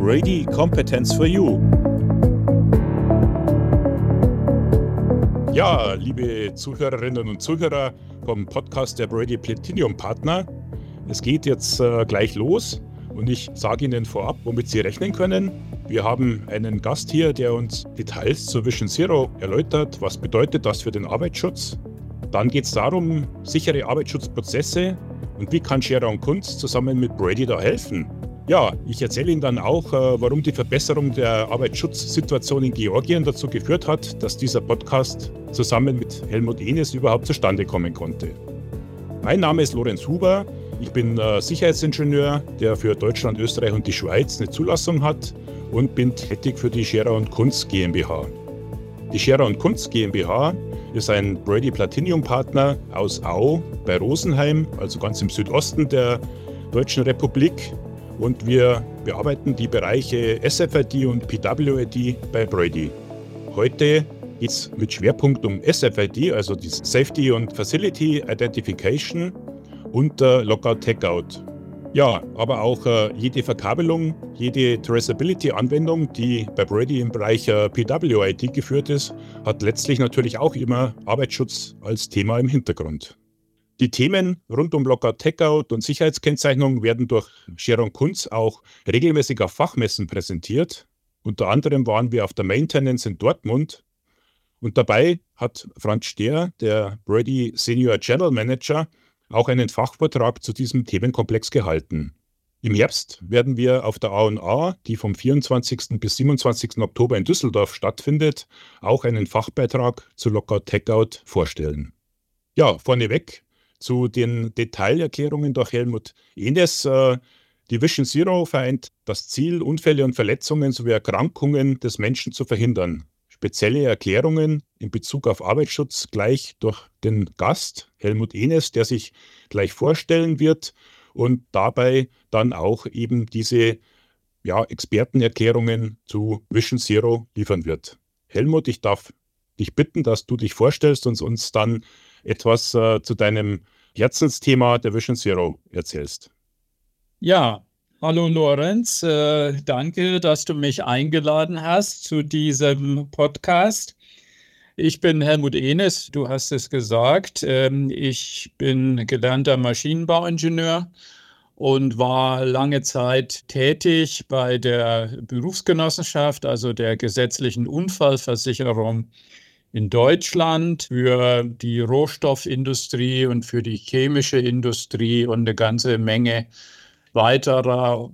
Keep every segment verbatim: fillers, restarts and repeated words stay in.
Brady Competence for You. Ja, liebe Zuhörerinnen und Zuhörer vom Podcast der Brady Platinum Partner. Es geht jetzt äh, gleich los und ich sage Ihnen vorab, womit Sie rechnen können. Wir haben einen Gast hier, der uns Details zur Vision Zero erläutert. Was bedeutet das für den Arbeitsschutz? Dann geht es darum, sichere Arbeitsschutzprozesse und wie kann Scherer und Kunz zusammen mit Brady da helfen? Ja, ich erzähle Ihnen dann auch, warum die Verbesserung der Arbeitsschutzsituation in Georgien dazu geführt hat, dass dieser Podcast zusammen mit Helmut Enes überhaupt zustande kommen konnte. Mein Name ist Lorenz Huber. Ich bin Sicherheitsingenieur, der für Deutschland, Österreich und die Schweiz eine Zulassung hat und bin tätig für die Scherer und Kunz GmbH. Die Scherer und Kunz GmbH ist ein Brady Platinum Partner aus Au bei Rosenheim, also ganz im Südosten der Deutschen Republik. Und wir bearbeiten die Bereiche S F I D und P W I D bei Brady. Heute geht es mit Schwerpunkt um S F I D, also die Safety und Facility Identification und äh, Lockout-Tagout. Ja, aber auch äh, jede Verkabelung, jede Traceability-Anwendung, die bei Brady im Bereich äh, P W I D geführt ist, hat letztlich natürlich auch immer Arbeitsschutz als Thema im Hintergrund. Die Themen rund um Lockout-Tagout und Sicherheitskennzeichnung werden durch Scherer und Kunz auch regelmäßig auf Fachmessen präsentiert. Unter anderem waren wir auf der Maintenance in Dortmund und dabei hat Franz Stehr, der Brady Senior General Manager, auch einen Fachvortrag zu diesem Themenkomplex gehalten. Im Herbst werden wir auf der A und A, die vom vierundzwanzigsten bis siebenundzwanzigsten Oktober in Düsseldorf stattfindet, auch einen Fachbeitrag zu Lockout-Tagout vorstellen. Ja, vorneweg zu den Detailerklärungen durch Helmut Enes. Die Vision Zero vereint das Ziel, Unfälle und Verletzungen sowie Erkrankungen des Menschen zu verhindern. Spezielle Erklärungen in Bezug auf Arbeitsschutz gleich durch den Gast, Helmut Enes, der sich gleich vorstellen wird und dabei dann auch eben diese ja, Expertenerklärungen zu Vision Zero liefern wird. Helmut, ich darf dich bitten, dass du dich vorstellst und uns dann etwas äh, zu deinem Herzensthema der Vision Zero erzählst. Ja, hallo Lorenz, äh, danke, dass du mich eingeladen hast zu diesem Podcast. Ich bin Helmut Enes, du hast es gesagt. Ähm, ich bin gelernter Maschinenbauingenieur und war lange Zeit tätig bei der Berufsgenossenschaft, also der gesetzlichen Unfallversicherung in Deutschland für die Rohstoffindustrie und für die chemische Industrie und eine ganze Menge weiterer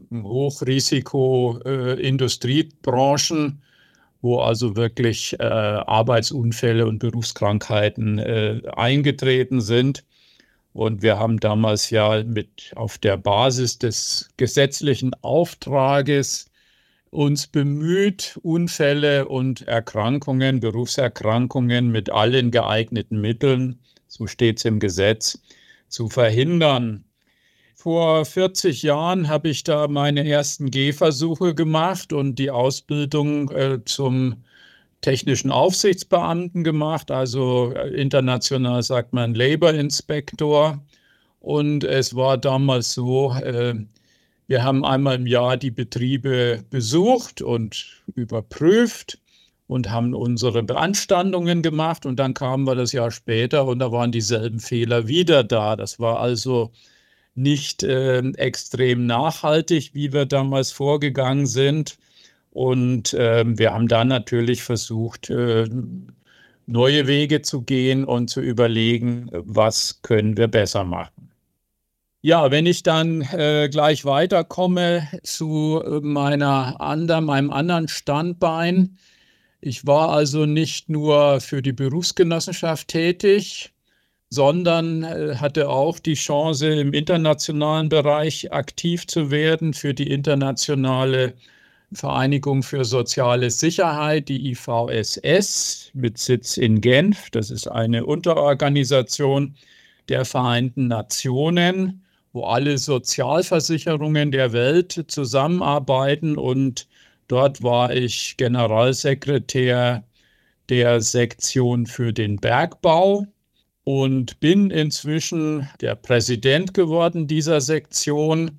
Hochrisiko-Industriebranchen, äh, wo also wirklich äh, Arbeitsunfälle und Berufskrankheiten äh, eingetreten sind. Und wir haben damals ja mit auf der Basis des gesetzlichen Auftrages uns bemüht, Unfälle und Erkrankungen, Berufserkrankungen mit allen geeigneten Mitteln, so steht es im Gesetz, zu verhindern. Vor vierzig Jahren habe ich da meine ersten Gehversuche gemacht und die Ausbildung äh, zum technischen Aufsichtsbeamten gemacht, also äh, international sagt man Labor Inspector. Und es war damals so, äh, wir haben einmal im Jahr die Betriebe besucht und überprüft und haben unsere Beanstandungen gemacht und dann kamen wir das Jahr später und da waren dieselben Fehler wieder da. Das war also nicht äh, extrem nachhaltig, wie wir damals vorgegangen sind. Und äh, wir haben dann natürlich versucht, äh, neue Wege zu gehen und zu überlegen, was können wir besser machen. Ja, wenn ich dann äh, gleich weiterkomme zu meiner ander, meinem anderen Standbein. Ich war also nicht nur für die Berufsgenossenschaft tätig, sondern äh, hatte auch die Chance, im internationalen Bereich aktiv zu werden für die internationale Vereinigung für soziale Sicherheit, die I V S S, mit Sitz in Genf. Das ist eine Unterorganisation der Vereinten Nationen, wo alle Sozialversicherungen der Welt zusammenarbeiten. Und dort war ich Generalsekretär der Sektion für den Bergbau und bin inzwischen der Präsident geworden dieser Sektion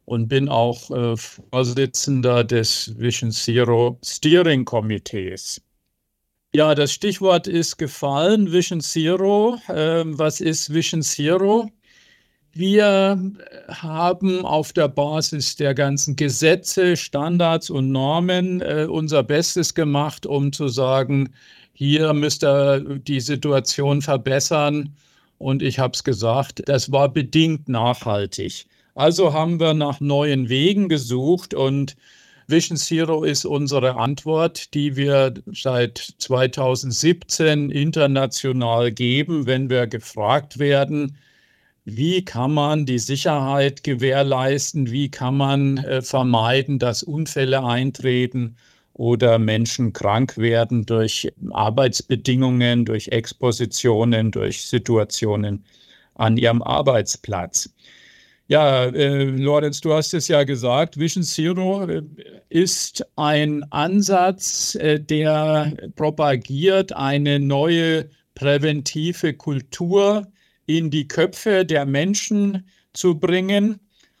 und bin auch äh, Vorsitzender des Vision Zero Steering Komitees. Ja, das Stichwort ist gefallen, Vision Zero. Ähm, was ist Vision Zero? Wir haben auf der Basis der ganzen Gesetze, Standards und Normen äh, unser Bestes gemacht, um zu sagen, hier müsst ihr die Situation verbessern. Und ich habe es gesagt, das war bedingt nachhaltig. Also haben wir nach neuen Wegen gesucht und Vision Zero ist unsere Antwort, die wir seit zweitausendsiebzehn international geben, wenn wir gefragt werden, wie kann man die Sicherheit gewährleisten? Wie kann man äh, vermeiden, dass Unfälle eintreten oder Menschen krank werden durch Arbeitsbedingungen, durch Expositionen, durch Situationen an ihrem Arbeitsplatz? Ja, äh, Lorenz, du hast es ja gesagt, Vision Zero äh, ist ein Ansatz, äh, der propagiert eine neue präventive Kultur in die Köpfe der Menschen zu bringen.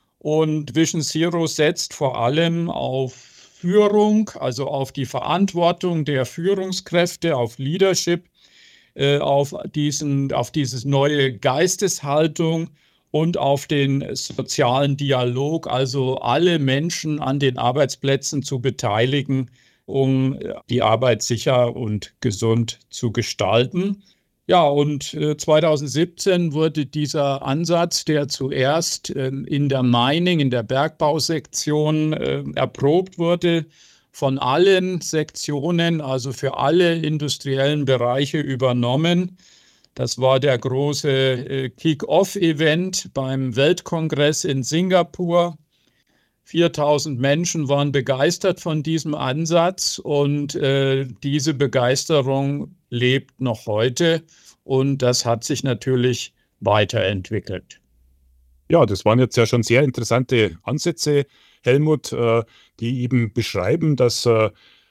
Und Vision Zero setzt vor allem auf Führung, also auf die Verantwortung der Führungskräfte, auf Leadership, äh, auf diesen, auf diese neue Geisteshaltung und auf den sozialen Dialog, also alle Menschen an den Arbeitsplätzen zu beteiligen, um die Arbeit sicher und gesund zu gestalten. Ja, und äh, zweitausendsiebzehn wurde dieser Ansatz, der zuerst äh, in der Mining, in der Bergbausektion äh, erprobt wurde, von allen Sektionen, also für alle industriellen Bereiche übernommen. Das war der große äh, Kick-Off-Event beim Weltkongress in Singapur. viertausend Menschen waren begeistert von diesem Ansatz und äh, diese Begeisterung lebt noch heute und das hat sich natürlich weiterentwickelt. Ja, das waren jetzt ja schon sehr interessante Ansätze, Helmut, äh, die eben beschreiben, dass äh,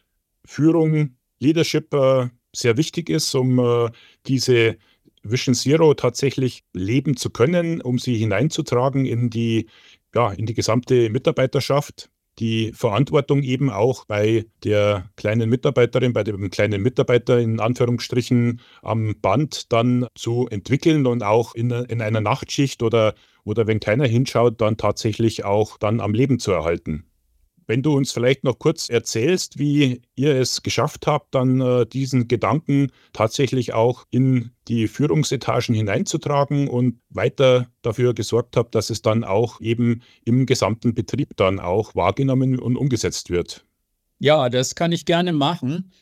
Führung, Leadership äh, sehr wichtig ist, um äh, diese Vision Zero tatsächlich leben zu können, um sie hineinzutragen in die, ja, in die gesamte Mitarbeiterschaft. Die Verantwortung eben auch bei der kleinen Mitarbeiterin, bei dem kleinen Mitarbeiter in Anführungsstrichen am Band dann zu entwickeln und auch in, in einer Nachtschicht oder, oder wenn keiner hinschaut, dann tatsächlich auch dann am Leben zu erhalten. Wenn du uns vielleicht noch kurz erzählst, wie ihr es geschafft habt, dann äh, diesen Gedanken tatsächlich auch in die Führungsetagen hineinzutragen und weiter dafür gesorgt habt, dass es dann auch eben im gesamten Betrieb dann auch wahrgenommen und umgesetzt wird. Ja, das kann ich gerne machen.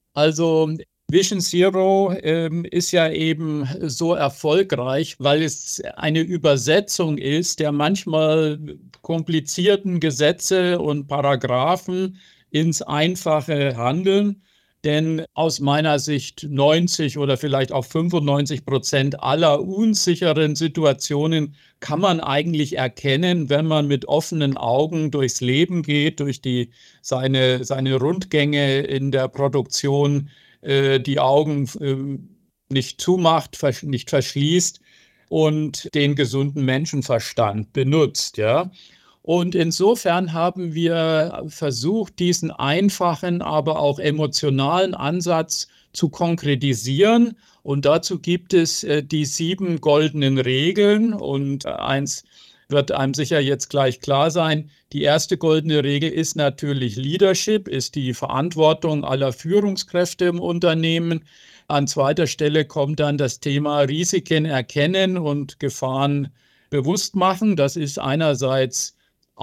Also Vision Zero ähm, ist ja eben so erfolgreich, weil es eine Übersetzung ist der manchmal komplizierten Gesetze und Paragraphen ins einfache Handeln. Denn aus meiner Sicht neunzig oder vielleicht auch fünfundneunzig Prozent aller unsicheren Situationen kann man eigentlich erkennen, wenn man mit offenen Augen durchs Leben geht, durch die, seine, seine Rundgänge in der Produktion, die Augen nicht zumacht, nicht verschließt und den gesunden Menschenverstand benutzt, ja. Und insofern haben wir versucht, diesen einfachen, aber auch emotionalen Ansatz zu konkretisieren. Und dazu gibt es die sieben goldenen Regeln. Und eins wird einem sicher jetzt gleich klar sein. Die erste goldene Regel ist natürlich Leadership, ist die Verantwortung aller Führungskräfte im Unternehmen. An zweiter Stelle kommt dann das Thema Risiken erkennen und Gefahren bewusst machen. Das ist einerseits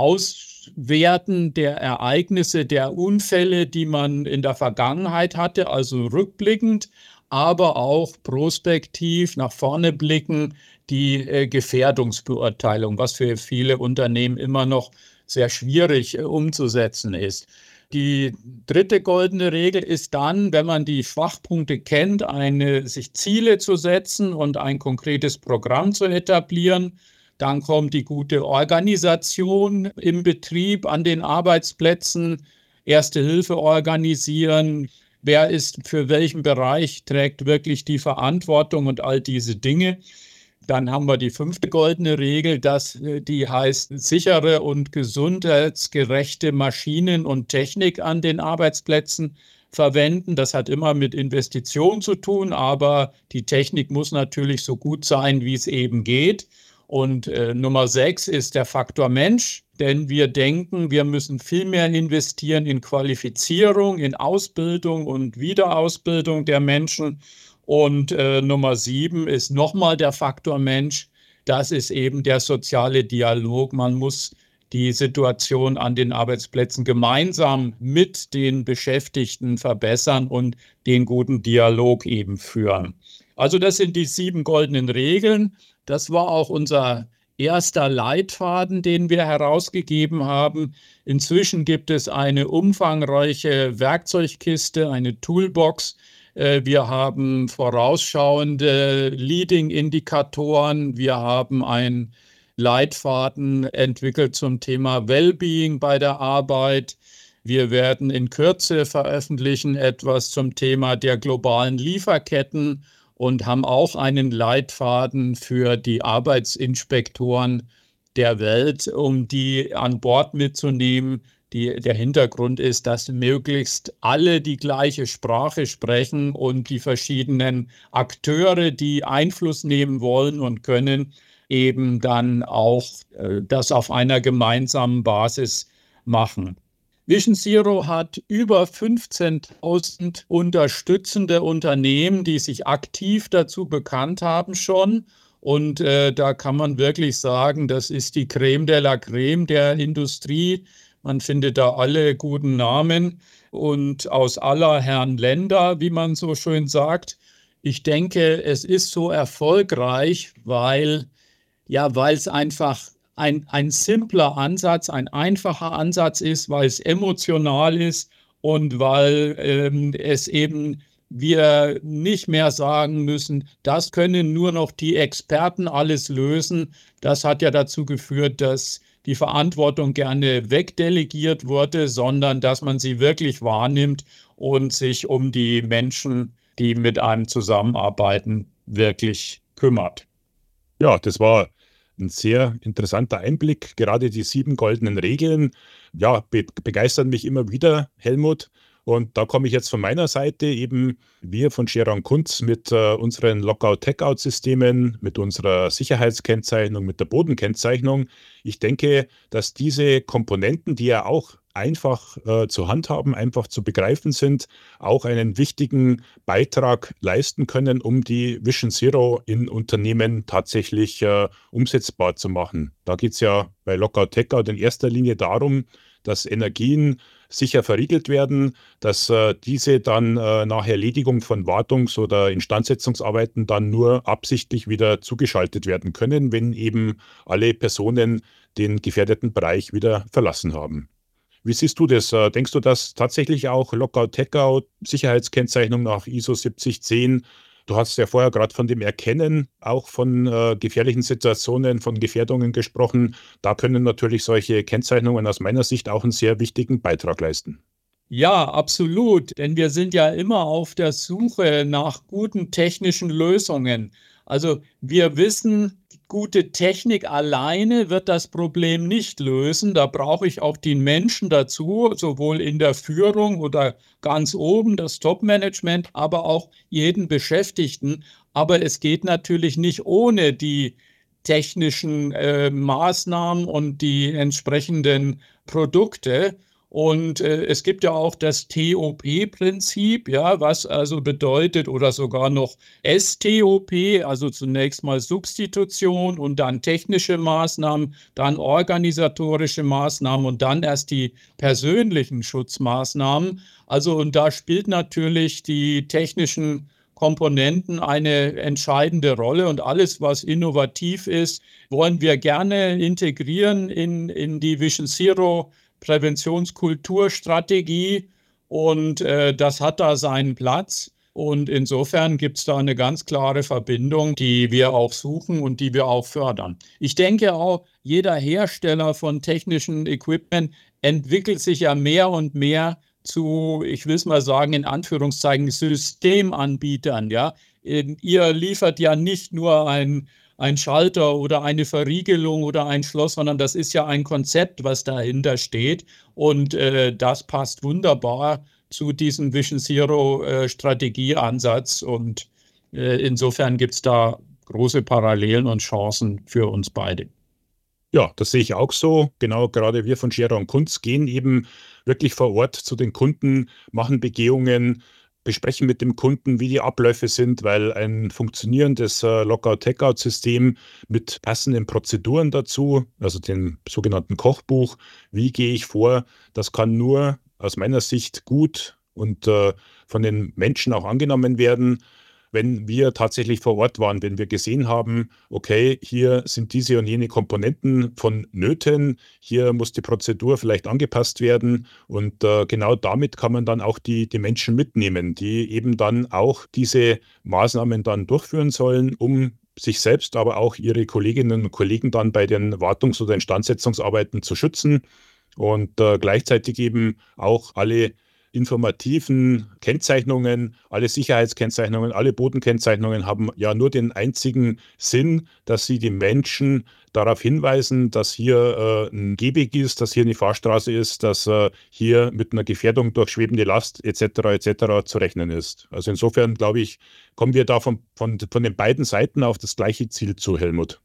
Auswerten der Ereignisse, der Unfälle, die man in der Vergangenheit hatte, also rückblickend, aber auch prospektiv nach vorne blicken, die äh, Gefährdungsbeurteilung, was für viele Unternehmen immer noch sehr schwierig äh, umzusetzen ist. Die dritte goldene Regel ist dann, wenn man die Schwachpunkte kennt, eine, sich Ziele zu setzen und ein konkretes Programm zu etablieren. Dann kommt die gute Organisation im Betrieb, an den Arbeitsplätzen, Erste Hilfe organisieren. Wer ist für welchen Bereich, trägt wirklich die Verantwortung und all diese Dinge. Dann haben wir die fünfte goldene Regel, das, die heißt sichere und gesundheitsgerechte Maschinen und Technik an den Arbeitsplätzen verwenden. Das hat immer mit Investitionen zu tun, aber die Technik muss natürlich so gut sein, wie es eben geht. Und äh, Nummer sechs ist der Faktor Mensch, denn wir denken, wir müssen viel mehr investieren in Qualifizierung, in Ausbildung und Wiederausbildung der Menschen. Und äh, Nummer sieben ist nochmal der Faktor Mensch. Das ist eben der soziale Dialog. Man muss die Situation an den Arbeitsplätzen gemeinsam mit den Beschäftigten verbessern und den guten Dialog eben führen. Also das sind die sieben goldenen Regeln. Das war auch unser erster Leitfaden, den wir herausgegeben haben. Inzwischen gibt es eine umfangreiche Werkzeugkiste, eine Toolbox. Wir haben vorausschauende Leading-Indikatoren. Wir haben einen Leitfaden entwickelt zum Thema Wellbeing bei der Arbeit. Wir werden in Kürze veröffentlichen etwas zum Thema der globalen Lieferketten und haben auch einen Leitfaden für die Arbeitsinspektoren der Welt, um die an Bord mitzunehmen. Die, der Hintergrund ist, dass möglichst alle die gleiche Sprache sprechen und die verschiedenen Akteure, die Einfluss nehmen wollen und können, eben dann auch äh, das auf einer gemeinsamen Basis machen. Vision Zero hat über fünfzehntausend unterstützende Unternehmen, die sich aktiv dazu bekannt haben schon. Und äh, da kann man wirklich sagen, das ist die Creme de la Creme der Industrie. Man findet da alle guten Namen und aus aller Herren Länder, wie man so schön sagt. Ich denke, es ist so erfolgreich, weil, ja, weil es einfach ein, ein simpler Ansatz, ein einfacher Ansatz ist, weil es emotional ist und weil ähm, es eben wir nicht mehr sagen müssen, das können nur noch die Experten alles lösen. Das hat ja dazu geführt, dass die Verantwortung gerne wegdelegiert wurde, sondern dass man sie wirklich wahrnimmt und sich um die Menschen, die mit einem zusammenarbeiten, wirklich kümmert. Ja, das war ein sehr interessanter Einblick. Gerade die sieben goldenen Regeln, ja, be- begeistern mich immer wieder, Helmut. Und da komme ich jetzt von meiner Seite eben, wir von Scherer und Kunz mit äh, unseren Lockout-Tagout-Systemen, mit unserer Sicherheitskennzeichnung, mit der Bodenkennzeichnung. Ich denke, dass diese Komponenten, die ja auch einfach äh, zu handhaben, einfach zu begreifen sind, auch einen wichtigen Beitrag leisten können, um die Vision Zero in Unternehmen tatsächlich äh, umsetzbar zu machen. Da geht es ja bei Lockout-Tagout in erster Linie darum, dass Energien sicher verriegelt werden, dass äh, diese dann äh, nach Erledigung von Wartungs- oder Instandsetzungsarbeiten dann nur absichtlich wieder zugeschaltet werden können, wenn eben alle Personen den gefährdeten Bereich wieder verlassen haben. Wie siehst du das? Äh, denkst du, dass tatsächlich auch Lockout-Tagout, Sicherheitskennzeichnung nach I S O siebzig zehn, du hast ja vorher gerade von dem Erkennen auch von äh, gefährlichen Situationen, von Gefährdungen gesprochen. Da können natürlich solche Kennzeichnungen aus meiner Sicht auch einen sehr wichtigen Beitrag leisten. Ja, absolut, denn wir sind ja immer auf der Suche nach guten technischen Lösungen. Also wir wissen, gute Technik alleine wird das Problem nicht lösen. Da brauche ich auch die Menschen dazu, sowohl in der Führung oder ganz oben das Top-Management, aber auch jeden Beschäftigten. Aber es geht natürlich nicht ohne die technischen äh, Maßnahmen und die entsprechenden Produkte. Und äh, es gibt ja auch das T O P-Prinzip, ja, was also bedeutet, oder sogar noch S T O P, also zunächst mal Substitution und dann technische Maßnahmen, dann organisatorische Maßnahmen und dann erst die persönlichen Schutzmaßnahmen. Also und da spielt natürlich die technischen Komponenten eine entscheidende Rolle und alles, was innovativ ist, wollen wir gerne integrieren in, in die Vision Zero Präventionskulturstrategie und äh, das hat da seinen Platz. Und insofern gibt es da eine ganz klare Verbindung, die wir auch suchen und die wir auch fördern. Ich denke auch, jeder Hersteller von technischen Equipment entwickelt sich ja mehr und mehr zu, ich will es mal sagen, in Anführungszeichen Systemanbietern. Ja? Ihr liefert ja nicht nur ein ein Schalter oder eine Verriegelung oder ein Schloss, sondern das ist ja ein Konzept, was dahinter steht. Und äh, das passt wunderbar zu diesem Vision Zero äh, Strategieansatz. Und äh, insofern gibt es da große Parallelen und Chancen für uns beide. Ja, das sehe ich auch so. Genau, gerade wir von Scherer und Kunz gehen eben wirklich vor Ort zu den Kunden, machen Begehungen, besprechen mit dem Kunden, wie die Abläufe sind, weil ein funktionierendes äh, Lockout-Tagout-System mit passenden Prozeduren dazu, also dem sogenannten Kochbuch, wie gehe ich vor, das kann nur aus meiner Sicht gut und äh, von den Menschen auch angenommen werden, wenn wir tatsächlich vor Ort waren, wenn wir gesehen haben, okay, hier sind diese und jene Komponenten vonnöten, hier muss die Prozedur vielleicht angepasst werden und äh, genau damit kann man dann auch die, die Menschen mitnehmen, die eben dann auch diese Maßnahmen dann durchführen sollen, um sich selbst, aber auch ihre Kolleginnen und Kollegen dann bei den Wartungs- oder Instandsetzungsarbeiten zu schützen und äh, gleichzeitig eben auch alle informativen Kennzeichnungen, alle Sicherheitskennzeichnungen, alle Bodenkennzeichnungen haben ja nur den einzigen Sinn, dass sie die Menschen darauf hinweisen, dass hier äh, ein Gehweg ist, dass hier eine Fahrstraße ist, dass äh, hier mit einer Gefährdung durch schwebende Last et cetera et cetera zu rechnen ist. Also insofern, glaube ich, kommen wir da von, von, von den beiden Seiten auf das gleiche Ziel zu, Helmut.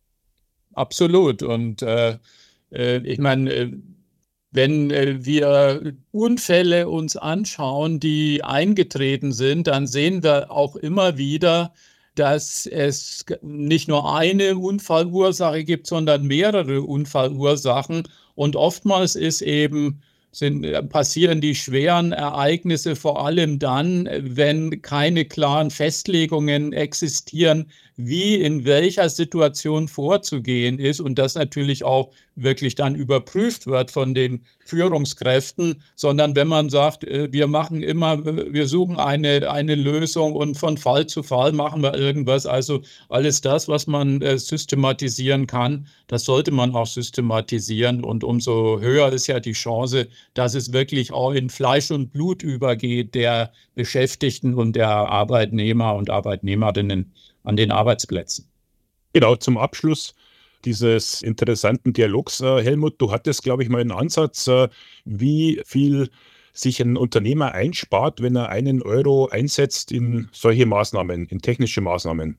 Absolut. Und äh, äh, ich meine, äh, wenn äh, wir Unfälle uns anschauen, die eingetreten sind, dann sehen wir auch immer wieder, dass es nicht nur eine Unfallursache gibt, sondern mehrere Unfallursachen. Und oftmals ist eben, sind, passieren die schweren Ereignisse vor allem dann, wenn keine klaren Festlegungen existieren, wie in welcher Situation vorzugehen ist und das natürlich auch wirklich dann überprüft wird von den Führungskräften, sondern wenn man sagt, wir machen immer, wir suchen eine, eine Lösung und von Fall zu Fall machen wir irgendwas. Also alles das, was man äh, systematisieren kann, das sollte man auch systematisieren und umso höher ist ja die Chance, dass es wirklich auch in Fleisch und Blut übergeht der Beschäftigten und der Arbeitnehmer und Arbeitnehmerinnen an den Arbeitsplätzen. Genau, zum Abschluss dieses interessanten Dialogs, äh, Helmut, du hattest, glaube ich, mal einen Ansatz, äh, wie viel sich ein Unternehmer einspart, wenn er einen Euro einsetzt in solche Maßnahmen, in technische Maßnahmen.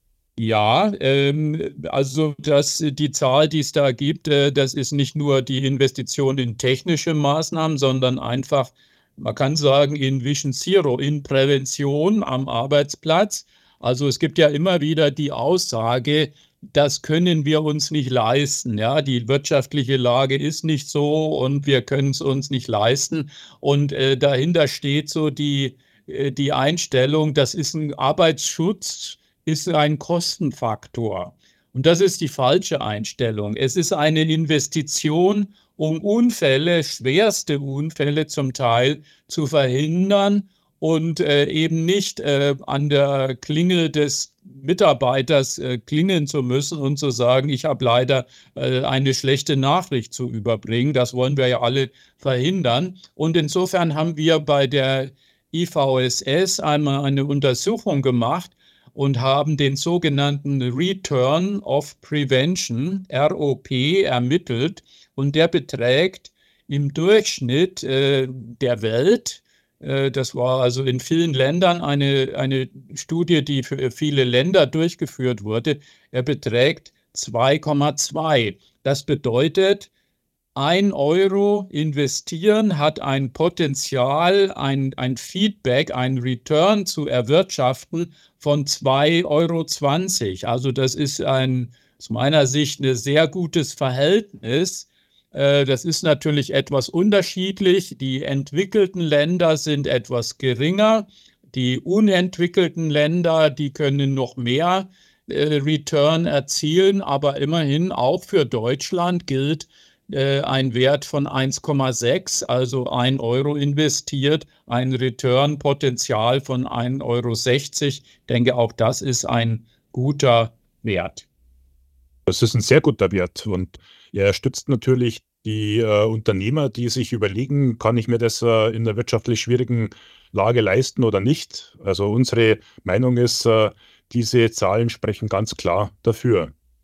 Ja, ähm, also das, die Zahl, die es da gibt, äh, das ist nicht nur die Investition in technische Maßnahmen, sondern einfach, man kann sagen, in Vision Zero, in Prävention am Arbeitsplatz. Also es gibt ja immer wieder die Aussage, das können wir uns nicht leisten. Ja, die wirtschaftliche Lage ist nicht so und wir können es uns nicht leisten. Und äh, dahinter steht so die, äh, die Einstellung, das ist ein Arbeitsschutz, ist ein Kostenfaktor. Und das ist die falsche Einstellung. Es ist eine Investition, um Unfälle, schwerste Unfälle zum Teil zu verhindern und äh, eben nicht äh, an der Klingel des Mitarbeiters äh, klingeln zu müssen und zu sagen, ich habe leider äh, eine schlechte Nachricht zu überbringen. Das wollen wir ja alle verhindern. Und insofern haben wir bei der I V S S einmal eine Untersuchung gemacht und haben den sogenannten Return of Prevention, R O P, ermittelt. Und der beträgt im Durchschnitt äh, der Welt, das war also in vielen Ländern eine, eine Studie, die für viele Länder durchgeführt wurde. Er beträgt zwei Komma zwei. Das bedeutet, ein Euro investieren hat ein Potenzial, ein, ein Feedback, ein Return zu erwirtschaften von zwei Euro zwanzig. Also das ist ein, aus meiner Sicht ein sehr gutes Verhältnis. Das ist natürlich etwas unterschiedlich. Die entwickelten Länder sind etwas geringer. Die unentwickelten Länder, die können noch mehr äh, Return erzielen. Aber immerhin auch für Deutschland gilt äh, ein Wert von eins Komma sechs, also ein Euro investiert, ein Return-Potenzial von ein Euro sechzig. Ich denke, auch das ist ein guter Wert. Das ist ein sehr guter Wert und er stützt natürlich die äh, Unternehmer, die sich überlegen, kann ich mir das äh, in einer wirtschaftlich schwierigen Lage leisten oder nicht. Also unsere Meinung ist, äh, diese Zahlen sprechen ganz klar dafür.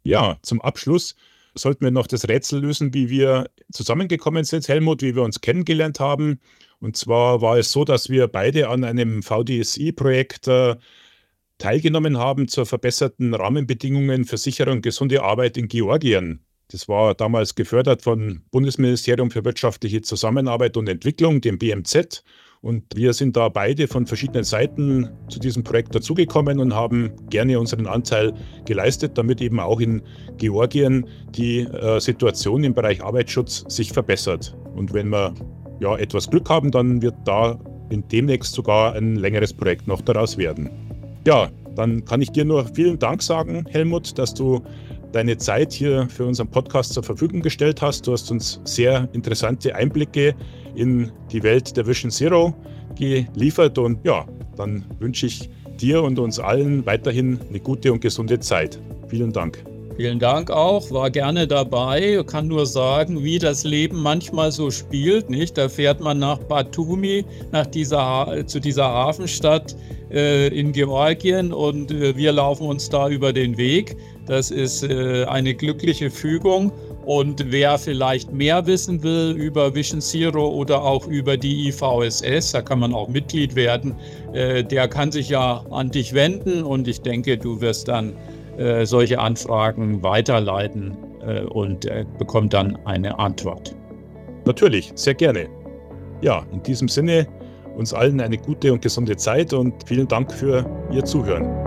Ja, zum Abschluss sollten wir noch das Rätsel lösen, wie wir zusammengekommen sind, Helmut, wie wir uns kennengelernt haben. Und zwar war es so, dass wir beide an einem V D S I-Projekt äh, teilgenommen haben zur verbesserten Rahmenbedingungen für sichere und gesunde Arbeit in Georgien. Das war damals gefördert vom Bundesministerium für wirtschaftliche Zusammenarbeit und Entwicklung, dem B M Z. Und wir sind da beide von verschiedenen Seiten zu diesem Projekt dazugekommen und haben gerne unseren Anteil geleistet, damit eben auch in Georgien die äh, Situation im Bereich Arbeitsschutz sich verbessert. Und wenn wir ja, etwas Glück haben, dann wird da in demnächst sogar ein längeres Projekt noch daraus werden. Ja, dann kann ich dir nur vielen Dank sagen, Helmut, dass du deine Zeit hier für unseren Podcast zur Verfügung gestellt hast. Du hast uns sehr interessante Einblicke in die Welt der Vision Zero geliefert und ja, dann wünsche ich dir und uns allen weiterhin eine gute und gesunde Zeit. Vielen Dank. Vielen Dank auch, war gerne dabei. Ich kann nur sagen, wie das Leben manchmal so spielt, nicht? Da fährt man nach Batumi, nach dieser, zu dieser Hafenstadt äh, in Georgien und äh, wir laufen uns da über den Weg. Das ist äh, eine glückliche Fügung. Und wer vielleicht mehr wissen will über Vision Zero oder auch über die I V S S, da kann man auch Mitglied werden, äh, der kann sich ja an dich wenden und ich denke, du wirst dann äh, solche Anfragen weiterleiten äh, und äh, bekommt dann eine Antwort. Natürlich, sehr gerne. Ja, in diesem Sinne, uns allen eine gute und gesunde Zeit und vielen Dank für Ihr Zuhören.